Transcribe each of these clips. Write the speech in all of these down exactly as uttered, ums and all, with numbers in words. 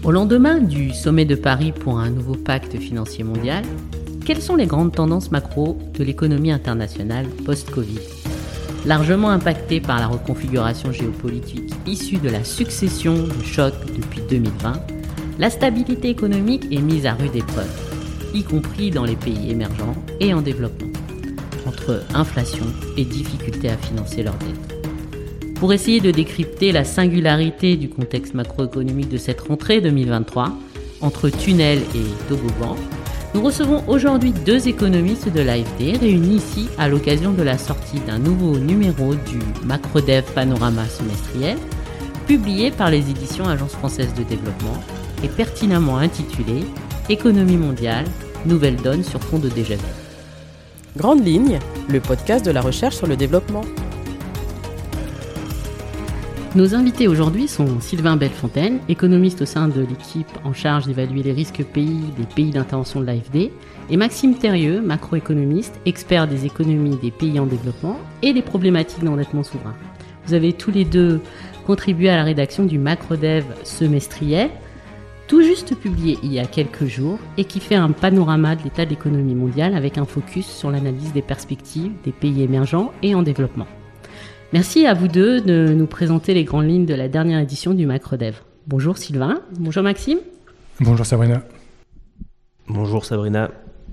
Au lendemain du sommet de Paris pour un nouveau pacte financier mondial, quelles sont les grandes tendances macro de l'économie internationale post-Covid ? Largement impactée par la reconfiguration géopolitique issue de la succession de chocs depuis deux mille vingt, la stabilité économique est mise à rude épreuve, y compris dans les pays émergents et en développement, entre inflation et difficulté à financer leurs dettes. Pour essayer de décrypter la singularité du contexte macroéconomique de cette rentrée deux mille vingt-trois, entre tunnel et toboggan, nous recevons aujourd'hui deux économistes de l'A F D réunis ici à l'occasion de la sortie d'un nouveau numéro du MacroDev Panorama semestriel, publié par les éditions Agence française de développement et pertinemment intitulé « Économie mondiale, nouvelle donne sur fond de déjà vu ». Grande ligne, le podcast de la recherche sur le développement. Nos invités aujourd'hui sont Sylvain Bellefontaine, économiste au sein de l'équipe en charge d'évaluer les risques pays des pays d'intervention de l'A F D, et Maxime Thérieux, macroéconomiste, expert des économies des pays en développement et des problématiques d'endettement souverain. Vous avez tous les deux contribué à la rédaction du MacroDev semestriel, tout juste publié il y a quelques jours et qui fait un panorama de l'état de l'économie mondiale avec un focus sur l'analyse des perspectives des pays émergents et en développement. Merci à vous deux de nous présenter les grandes lignes de la dernière édition du MacroDev. Bonjour Sylvain, bonjour Maxime. Bonjour Sabrina. Bonjour Sabrina.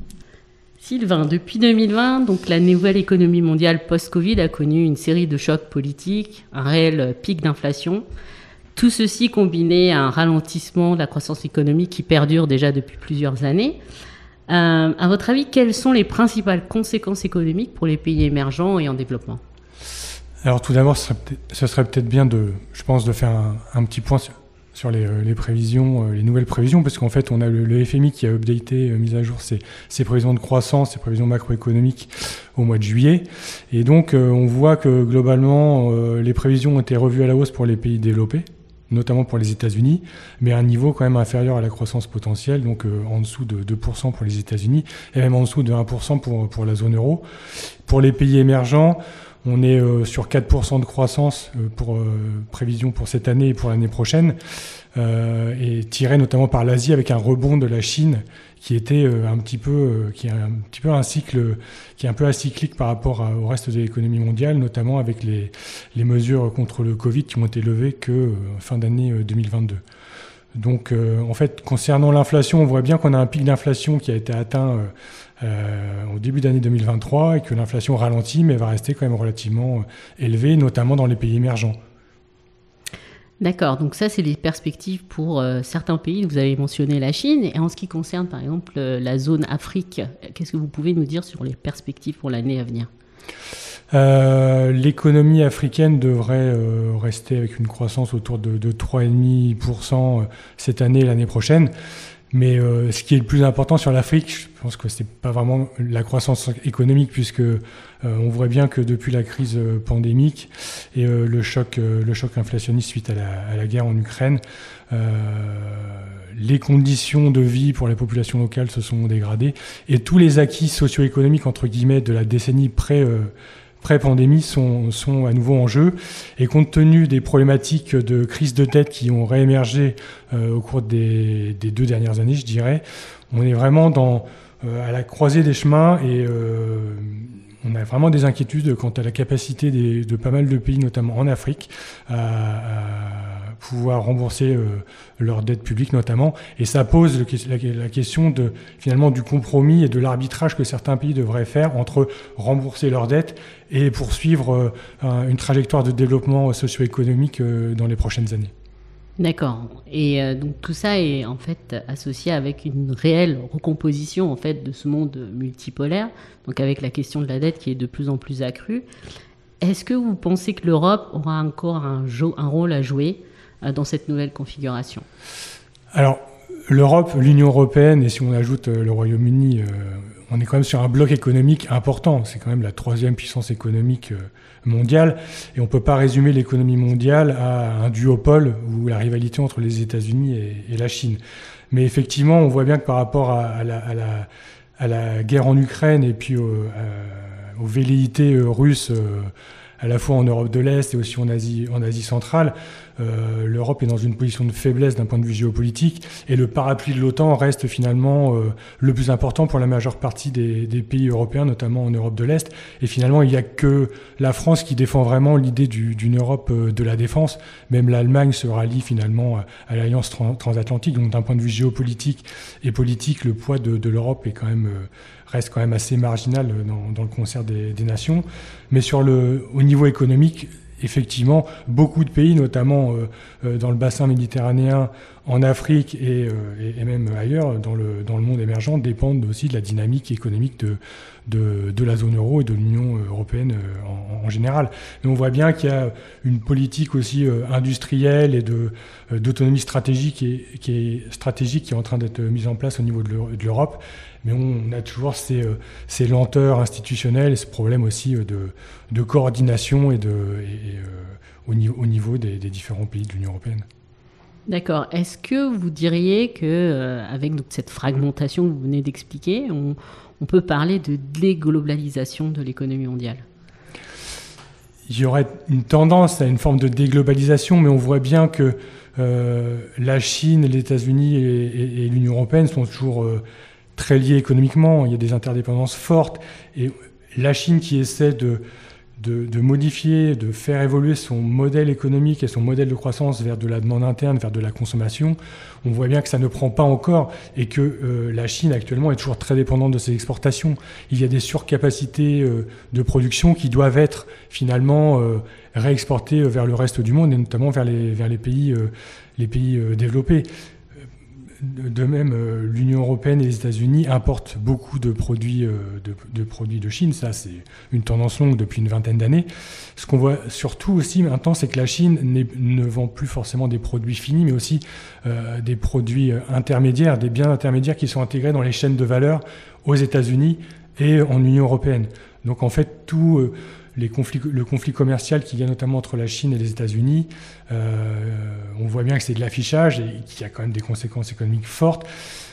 Sylvain, depuis deux mille vingt, donc la nouvelle économie mondiale post-Covid a connu une série de chocs politiques, un réel pic d'inflation. Tout ceci combiné à un ralentissement de la croissance économique qui perdure déjà depuis plusieurs années. Euh, à votre avis, quelles sont les principales conséquences économiques pour les pays émergents et en développement ? Alors tout d'abord, ce serait peut-être, ce serait peut-être bien de, je pense, de faire un, un petit point sur, sur les, les prévisions, les nouvelles prévisions, parce qu'en fait, on a le, le F M I qui a updaté, mis à jour ses, ses prévisions de croissance, ses prévisions macroéconomiques au mois de juillet. Et donc, euh, on voit que globalement, euh, les prévisions ont été revues à la hausse pour les pays développés, notamment pour les États-Unis, mais à un niveau quand même inférieur à la croissance potentielle, donc euh, en dessous de deux pour cent pour les États-Unis, et même en dessous de un pour cent pour, pour la zone euro. Pour les pays émergents, on est euh, sur quatre pour cent de croissance euh, pour euh, prévision pour cette année et pour l'année prochaine, euh, et tiré notamment par l'Asie avec un rebond de la Chine qui était euh, un petit peu, euh, qui est un petit peu un cycle, qui est un peu acyclique par rapport à, au reste de l'économie mondiale, notamment avec les, les mesures contre le Covid qui ont été levées que euh, fin d'année euh, deux mille vingt-deux. Donc, euh, en fait, concernant l'inflation, on voit bien qu'on a un pic d'inflation qui a été atteint euh, euh, au début d'année deux mille vingt-trois et que l'inflation ralentit, mais va rester quand même relativement euh, élevée, notamment dans les pays émergents. D'accord, donc ça, c'est les perspectives pour euh, certains pays. Vous avez mentionné la Chine. Et en ce qui concerne, par exemple, euh, la zone Afrique, qu'est-ce que vous pouvez nous dire sur les perspectives pour l'année à venir ? Euh, l'économie africaine devrait euh, rester avec une croissance autour de, de trois virgule cinq pour cent cette année et l'année prochaine. Mais euh, ce qui est le plus important sur l'Afrique, je pense que c'est pas vraiment la croissance économique, puisque euh, on voit bien que depuis la crise pandémique et euh, le choc, euh, le choc inflationniste suite à la, à la guerre en Ukraine, euh, les conditions de vie pour les populations locales se sont dégradées et tous les acquis socio-économiques entre guillemets de la décennie pré euh, pré-pandémie sont, sont à nouveau en jeu. Et compte tenu des problématiques de crise de dette qui ont réémergé euh, au cours des, des deux dernières années, je dirais, on est vraiment dans, euh, à la croisée des chemins et euh, on a vraiment des inquiétudes quant à la capacité des, de pas mal de pays, notamment en Afrique, à, à pouvoir rembourser euh, leurs dettes publiques notamment. Et ça pose le, la, la question de, finalement, du compromis et de l'arbitrage que certains pays devraient faire entre rembourser leurs dettes et poursuivre euh, une trajectoire de développement socio-économique euh, dans les prochaines années. D'accord. Et euh, donc tout ça est en fait associé avec une réelle recomposition en fait de ce monde multipolaire, donc avec la question de la dette qui est de plus en plus accrue. Est-ce que vous pensez que l'Europe aura encore un, jo- un rôle à jouer euh, dans cette nouvelle configuration ? Alors, l'Europe, l'Union européenne, et si on ajoute euh, le Royaume-Uni, euh, on est quand même sur un bloc économique important. C'est quand même la troisième puissance économique euh, mondiale. Et on ne peut pas résumer l'économie mondiale à un duopole ou la rivalité entre les États-Unis et, et la Chine. Mais effectivement, on voit bien que par rapport à, à, la, à, la, à la guerre en Ukraine et puis au, à, aux velléités russes euh, à la fois en Europe de l'Est et aussi en Asie, en Asie centrale. Euh, L'Europe est dans une position de faiblesse d'un point de vue géopolitique et le parapluie de l'OTAN reste finalement euh, le plus important pour la majeure partie des, des pays européens, notamment en Europe de l'Est. Et finalement, il n'y a que la France qui défend vraiment l'idée du, d'une Europe de la défense. Même l'Allemagne se rallie finalement à, à l'alliance trans- transatlantique. Donc d'un point de vue géopolitique et politique, le poids de, de l'Europe est quand même... Euh, reste quand même assez marginal dans, dans le concert des, des nations. Mais sur le, au niveau économique, effectivement, beaucoup de pays, notamment euh, dans le bassin méditerranéen, en Afrique et, euh, et même ailleurs, dans le, dans le monde émergent, dépendent aussi de la dynamique économique de, de, de la zone euro et de l'Union européenne en, en général. Mais on voit bien qu'il y a une politique aussi euh, industrielle et de, euh, d'autonomie stratégique et, qui est stratégique qui est en train d'être mise en place au niveau de l'Europe. Mais on a toujours ces, ces lenteurs institutionnelles et ce problème aussi de, de coordination et de, et, et, euh, au niveau, au niveau des, des différents pays de l'Union européenne. D'accord. Est-ce que vous diriez que, euh, avec donc, cette fragmentation que vous venez d'expliquer, on, on peut parler de déglobalisation de l'économie mondiale ? Il y aurait une tendance à une forme de déglobalisation, mais on voit bien que euh, la Chine, les États-Unis et, et, et l'Union européenne sont toujours... Euh, très liés économiquement, il y a des interdépendances fortes et la Chine qui essaie de, de, de modifier, de faire évoluer son modèle économique et son modèle de croissance vers de la demande interne, vers de la consommation, on voit bien que ça ne prend pas encore et que euh, la Chine actuellement est toujours très dépendante de ses exportations. Il y a des surcapacités euh, de production qui doivent être finalement euh, réexportées vers le reste du monde et notamment vers les, vers les pays, euh, les pays euh, développés. De même, euh, l'Union européenne et les États-Unis importent beaucoup de produits, euh, de, de produits de Chine. Ça, c'est une tendance longue depuis une vingtaine d'années. Ce qu'on voit surtout aussi maintenant, c'est que la Chine ne vend plus forcément des produits finis, mais aussi euh, des produits intermédiaires, des biens intermédiaires qui sont intégrés dans les chaînes de valeur aux États-Unis et en Union européenne. Donc en fait, tout... Euh, Les conflits, le conflit commercial qu'il y a notamment entre la Chine et les États-Unis, euh, on voit bien que c'est de l'affichage et qu'il y a quand même des conséquences économiques fortes.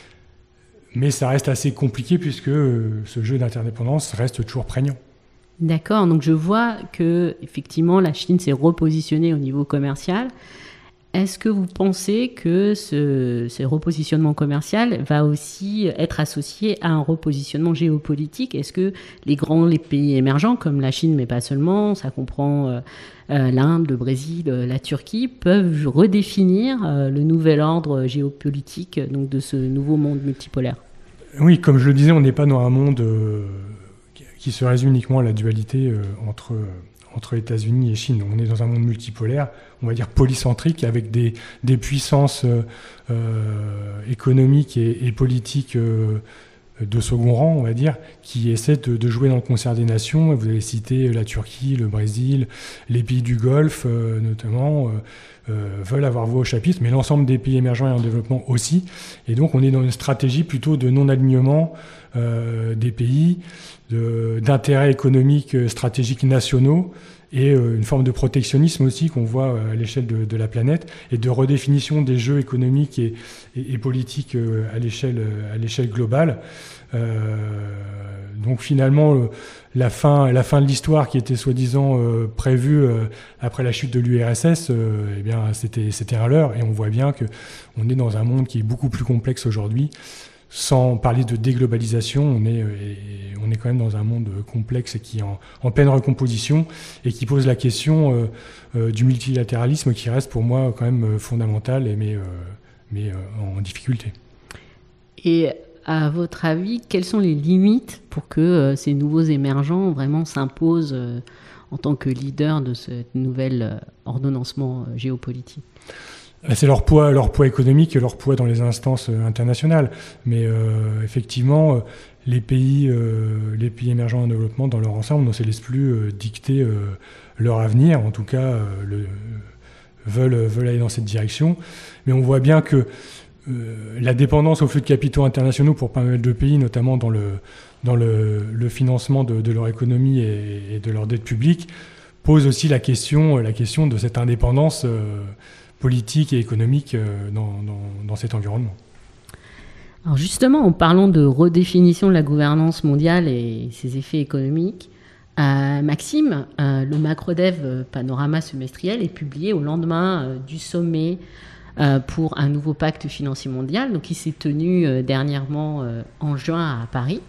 Mais ça reste assez compliqué puisque euh, ce jeu d'interdépendance reste toujours prégnant. D'accord, donc je vois que effectivement la Chine s'est repositionnée au niveau commercial. Est-ce que vous pensez que ce, ce repositionnement commercial va aussi être associé à un repositionnement géopolitique ? Est-ce que les grands les pays émergents, comme la Chine, mais pas seulement, ça comprend euh, euh, l'Inde, le Brésil, euh, la Turquie, peuvent redéfinir euh, le nouvel ordre géopolitique donc de ce nouveau monde multipolaire ? Oui, comme je le disais, on n'est pas dans un monde euh, qui se résume uniquement à la dualité euh, entre... Euh, entre États-Unis et Chine. On est dans un monde multipolaire, on va dire polycentrique, avec des, des puissances euh, euh, économiques et, et politiques euh, de second rang, on va dire, qui essaient de, de jouer dans le concert des nations. Vous avez cité la Turquie, le Brésil, les pays du Golfe, euh, notamment, euh, euh, veulent avoir voix au chapitre, mais l'ensemble des pays émergents et en développement aussi. Et donc, on est dans une stratégie plutôt de non-alignement euh, des pays, de, d'intérêts économiques stratégiques nationaux et euh, une forme de protectionnisme aussi qu'on voit à l'échelle de, de la planète et de redéfinition des jeux économiques et, et, et politiques euh, à l'échelle, à l'échelle globale. Euh, donc finalement, euh, la fin, la fin de l'histoire qui était soi-disant euh, prévue euh, après la chute de l'U R S S, euh, eh bien, c'était, c'était un leurre et on voit bien qu'on est dans un monde qui est beaucoup plus complexe aujourd'hui. Sans parler de déglobalisation, on est, et on est quand même dans un monde complexe et qui est en, en pleine recomposition et qui pose la question euh, euh, du multilatéralisme qui reste pour moi quand même fondamental et mais, euh, mais euh, en difficulté. Et à votre avis, quelles sont les limites pour que euh, ces nouveaux émergents vraiment s'imposent euh, en tant que leader de ce nouvel euh, ordonnancement euh, géopolitique ? C'est leur poids, leur poids économique et leur poids dans les instances internationales. Mais euh, effectivement, euh, les pays, euh, les pays émergents en développement, dans leur ensemble, ne se laissent plus euh, dicter euh, leur avenir. En tout cas, euh, le, veulent, veulent aller dans cette direction. Mais on voit bien que euh, la dépendance aux flux de capitaux internationaux pour pas mal de pays, notamment dans le, dans le, le financement de, de leur économie et, et de leur dette publique, pose aussi la question, la question de cette indépendance euh, politique et économique dans, dans, dans cet environnement. Alors justement, en parlant de redéfinition de la gouvernance mondiale et ses effets économiques, Euh, Maxime, euh, le Macrodev Panorama semestriel est publié au lendemain euh, du sommet euh, pour un nouveau pacte financier mondial, donc qui s'est tenu euh, dernièrement euh, en juin à Paris.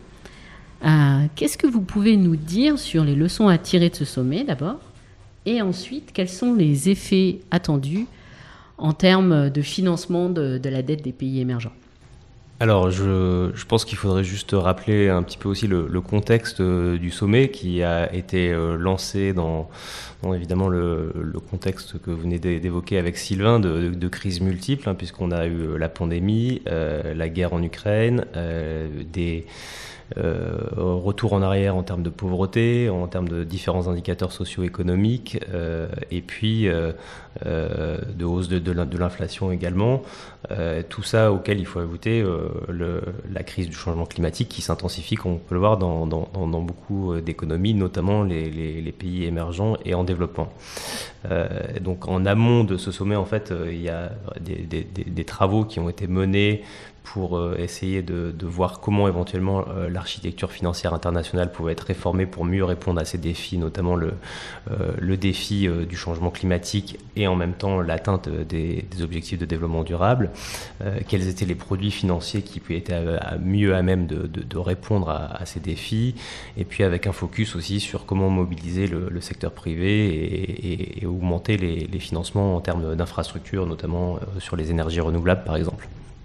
Euh, qu'est-ce que vous pouvez nous dire sur les leçons à tirer de ce sommet d'abord, et ensuite quels sont les effets attendus en termes de financement de, de la dette des pays émergents? Alors, je, je pense qu'il faudrait juste rappeler un petit peu aussi le, le contexte du sommet qui a été lancé dans, dans évidemment le, le contexte que vous venez d'évoquer avec Sylvain de, de, de crises multiples, hein, puisqu'on a eu la pandémie, euh, la guerre en Ukraine, euh, des euh, retours en arrière en termes de pauvreté, en termes de différents indicateurs socio-économiques, euh, et puis euh, euh, de hausse de, de, de l'inflation également. Euh, tout ça auquel il faut ajouter euh, le, la crise du changement climatique qui s'intensifie, comme on peut le voir dans, dans, dans beaucoup d'économies, notamment les, les, les pays émergents et en développement. Euh, donc en amont de ce sommet, en fait, euh, il y a des, des, des, des travaux qui ont été menés pour euh, essayer de, de voir comment éventuellement euh, l'architecture financière internationale pouvait être réformée pour mieux répondre à ces défis, notamment le, euh, le défi euh, du changement climatique et en même temps l'atteinte des, des objectifs de développement durable. Euh, quels étaient les produits financiers qui étaient à, à mieux à même de, de, de répondre à, à ces défis, et puis avec un focus aussi sur comment mobiliser le, le secteur privé et, et, et augmenter les, les financements en termes d'infrastructures, notamment euh, sur les énergies renouvelables par exemple.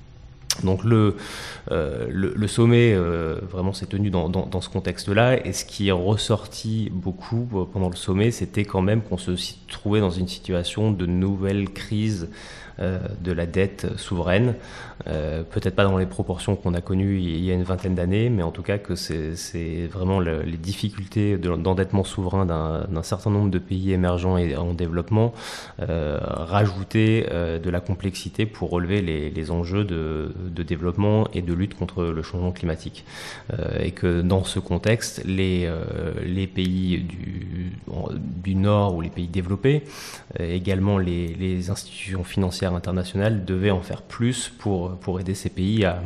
Donc le, euh, le, le sommet euh, vraiment s'est tenu dans, dans, dans ce contexte-là, et ce qui est ressorti beaucoup pendant le sommet, c'était quand même qu'on se trouvait dans une situation de nouvelle crise euh, de la dette souveraine, euh, peut-être pas dans les proportions qu'on a connues il y a une vingtaine d'années, mais en tout cas que c'est, c'est vraiment le, les difficultés de, d'endettement souverain d'un, d'un certain nombre de pays émergents et en développement, euh, rajouter euh, de la complexité pour relever les, les enjeux de de développement et de lutte contre le changement climatique. Euh, et que dans ce contexte, les, euh, les pays du, du Nord ou les pays développés, euh, également les, les institutions financières internationales devaient en faire plus pour, pour aider ces pays à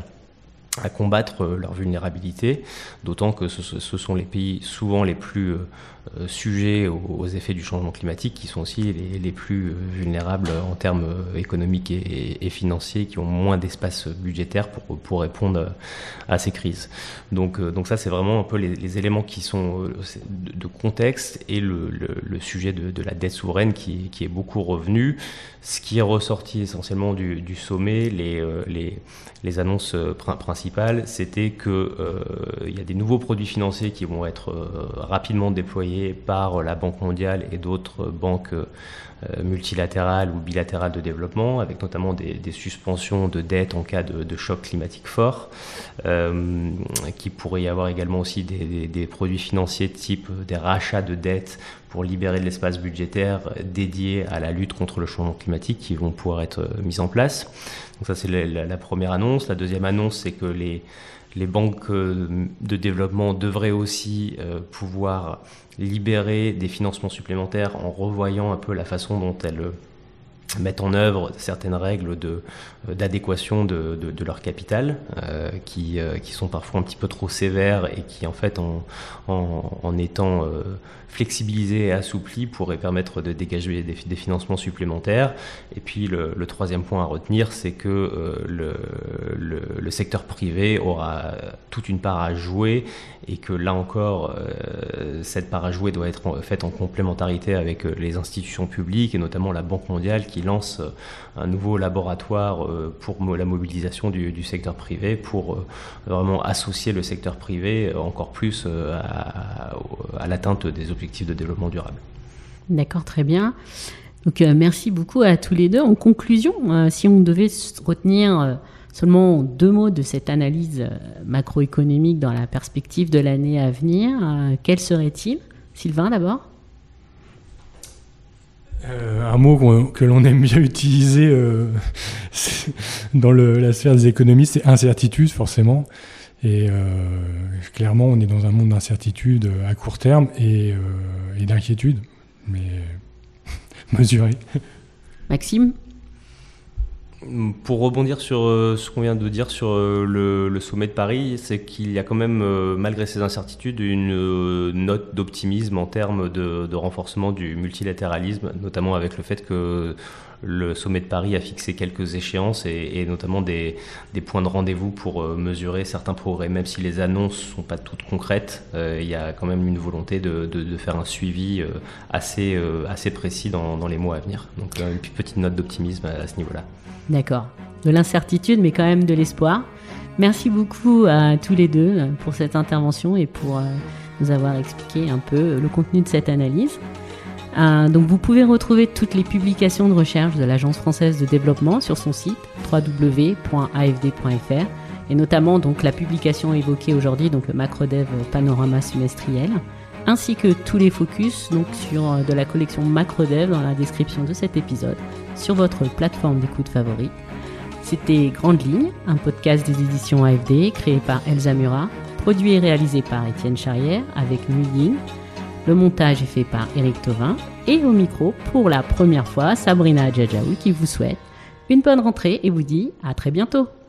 à combattre leur vulnérabilité, d'autant que ce, ce sont les pays souvent les plus euh, sujets aux, aux effets du changement climatique, qui sont aussi les, les plus vulnérables en termes économiques et, et financiers, qui ont moins d'espace budgétaire pour, pour répondre à ces crises. Donc, donc ça, c'est vraiment un peu les, les éléments qui sont de, de contexte, et le, le, le sujet de, de la dette souveraine qui, qui est beaucoup revenu. Ce qui est ressorti essentiellement du, du sommet, les, les, les annonces principales, c'était qu'il euh, y a des nouveaux produits financiers qui vont être euh, rapidement déployés par la Banque mondiale et d'autres banques euh, multilatérales ou bilatérales de développement, avec notamment des, des suspensions de dettes en cas de, de choc climatique fort, euh, qu'il pourrait y avoir également aussi des, des, des produits financiers type des rachats de dettes pour libérer de l'espace budgétaire dédié à la lutte contre le changement climatique, qui vont pouvoir être mis en place. Donc ça, c'est la, la première annonce. La deuxième annonce, c'est que les, les banques de développement devraient aussi euh, pouvoir libérer des financements supplémentaires en revoyant un peu la façon dont elles mettent en œuvre certaines règles de, d'adéquation de, de, de leur capital, euh, qui, euh, qui sont parfois un petit peu trop sévères, et qui, en fait, en, en, en étant euh, flexibilisées et assouplies, pourraient permettre de dégager des, des financements supplémentaires. Et puis, le, le troisième point à retenir, c'est que euh, le, le, le secteur privé aura toute une part à jouer, et que là encore, euh, cette part à jouer doit être faite en complémentarité avec les institutions publiques, et notamment la Banque mondiale, qui lance un nouveau laboratoire pour la mobilisation du, du secteur privé, pour vraiment associer le secteur privé encore plus à, à l'atteinte des objectifs de développement durable. D'accord, très bien. Donc, euh, merci beaucoup à tous les deux. En conclusion, euh, si on devait retenir euh, seulement deux mots de cette analyse euh, macroéconomique dans la perspective de l'année à venir, euh, quels seraient-ils ? Sylvain, d'abord ? Euh, un mot que l'on aime bien utiliser euh, dans le, la sphère des économistes, c'est incertitude, forcément. Et euh, clairement, on est dans un monde d'incertitude à court terme et, euh, et d'inquiétude, mais mesurée. Maxime ? Pour rebondir sur euh, ce qu'on vient de dire sur euh, le, le sommet de Paris, c'est qu'il y a quand même, euh, malgré ces incertitudes, une euh, note d'optimisme en termes de, de renforcement du multilatéralisme, notamment avec le fait que le sommet de Paris a fixé quelques échéances et, et notamment des, des points de rendez-vous pour euh, mesurer certains progrès. Même si les annonces ne sont pas toutes concrètes, euh, il y a quand même une volonté de, de, de faire un suivi euh, assez, euh, assez précis dans, dans les mois à venir. Donc euh, une petite note d'optimisme à, à ce niveau-là. D'accord. De l'incertitude, mais quand même de l'espoir. Merci beaucoup à tous les deux pour cette intervention et pour euh, nous avoir expliqué un peu le contenu de cette analyse. Euh, donc vous pouvez retrouver toutes les publications de recherche de l'Agence française de développement sur son site w w w point a f d point f r et notamment donc la publication évoquée aujourd'hui, donc le MacroDev Panorama semestriel, ainsi que tous les focus donc sur de la collection MacroDev dans la description de cet épisode sur votre plateforme d'écoute favorite. C'était Grande Ligne, un podcast des éditions A F D créé par Elsa Murat, produit et réalisé par Étienne Charrière avec Nuying. Le montage est fait par Éric Thauvin et au micro pour la première fois Sabrina Adjadjaoui qui vous souhaite une bonne rentrée et vous dit à très bientôt.